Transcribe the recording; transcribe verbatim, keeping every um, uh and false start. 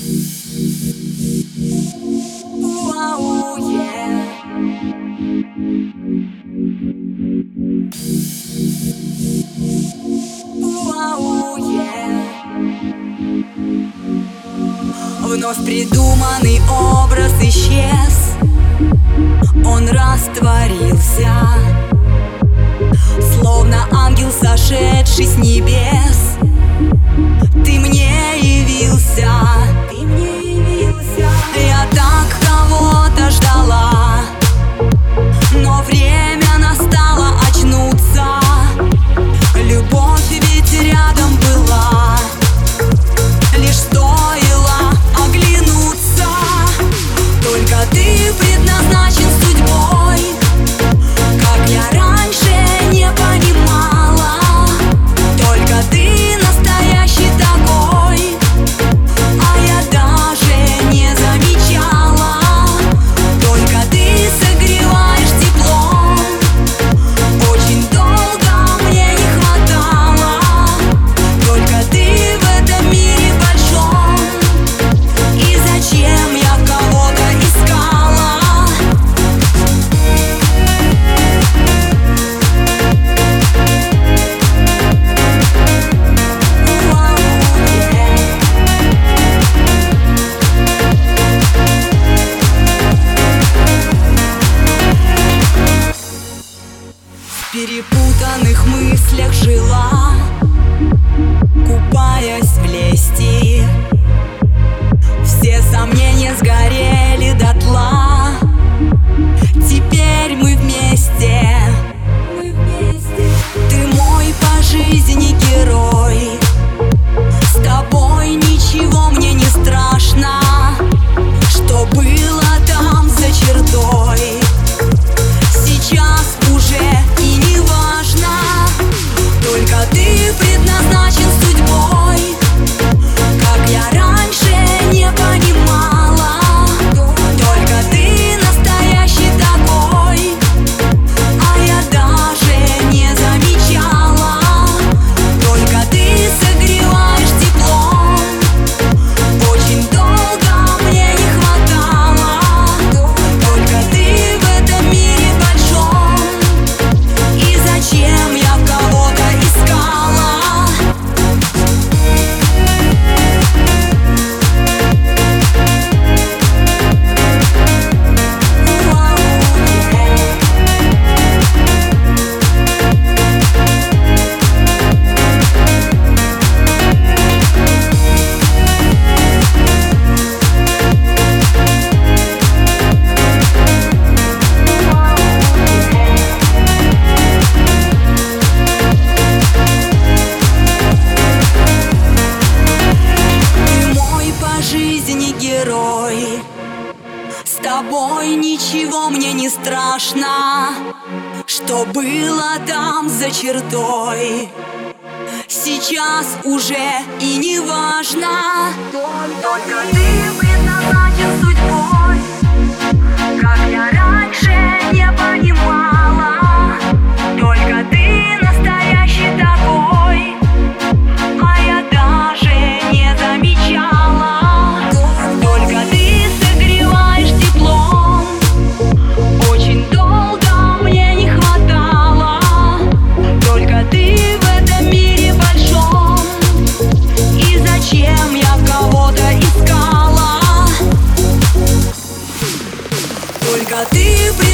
Уау, yeah. Уау, yeah. Вновь придуманный образ исчез, он растворился, словно ангел, сошедший с небес. Ты мне явился, ты мне явился. Я так кого-то ждала, но время настало очнуться. Любовь ведь рядом была, лишь стоило оглянуться. Только ты предназначен судьбой, как я раньше не понимала. Только ты настоящий такой, а я даже не замечала. Только ты согреваешь теплом, очень долго мне не хватало. Только ты в этом мире большом, и зачем я кого-то искала? В перепутанных мыслях жила, купаясь в лести. Все сомнения сгорели дотла. Теперь мы вместе, мы вместе. Ты мой по жизни герой, с тобой ничего мне не страшно. Что было там за чертой, сейчас уже и не важно. Только ты предназначен судьбой, как я раньше не понимала. Только ты настоящий такой, а я даже не замечала. Только ты согреваешь теплом, очень долго мне не хватало. Только ты в этом мире большом, и зачем я кого-то искала? Жизни герой, с тобой ничего мне не страшно. Что было там за чертой, сейчас уже и не важно. Только ты предназначен судьбой, как я раньше не понимала. Только ты настоящий такой, а я даже не замечала. Только ты согреваешь теплом, очень долго мне не хватало. Только ты в этом мире большом, и зачем я кого-то искала? Только ты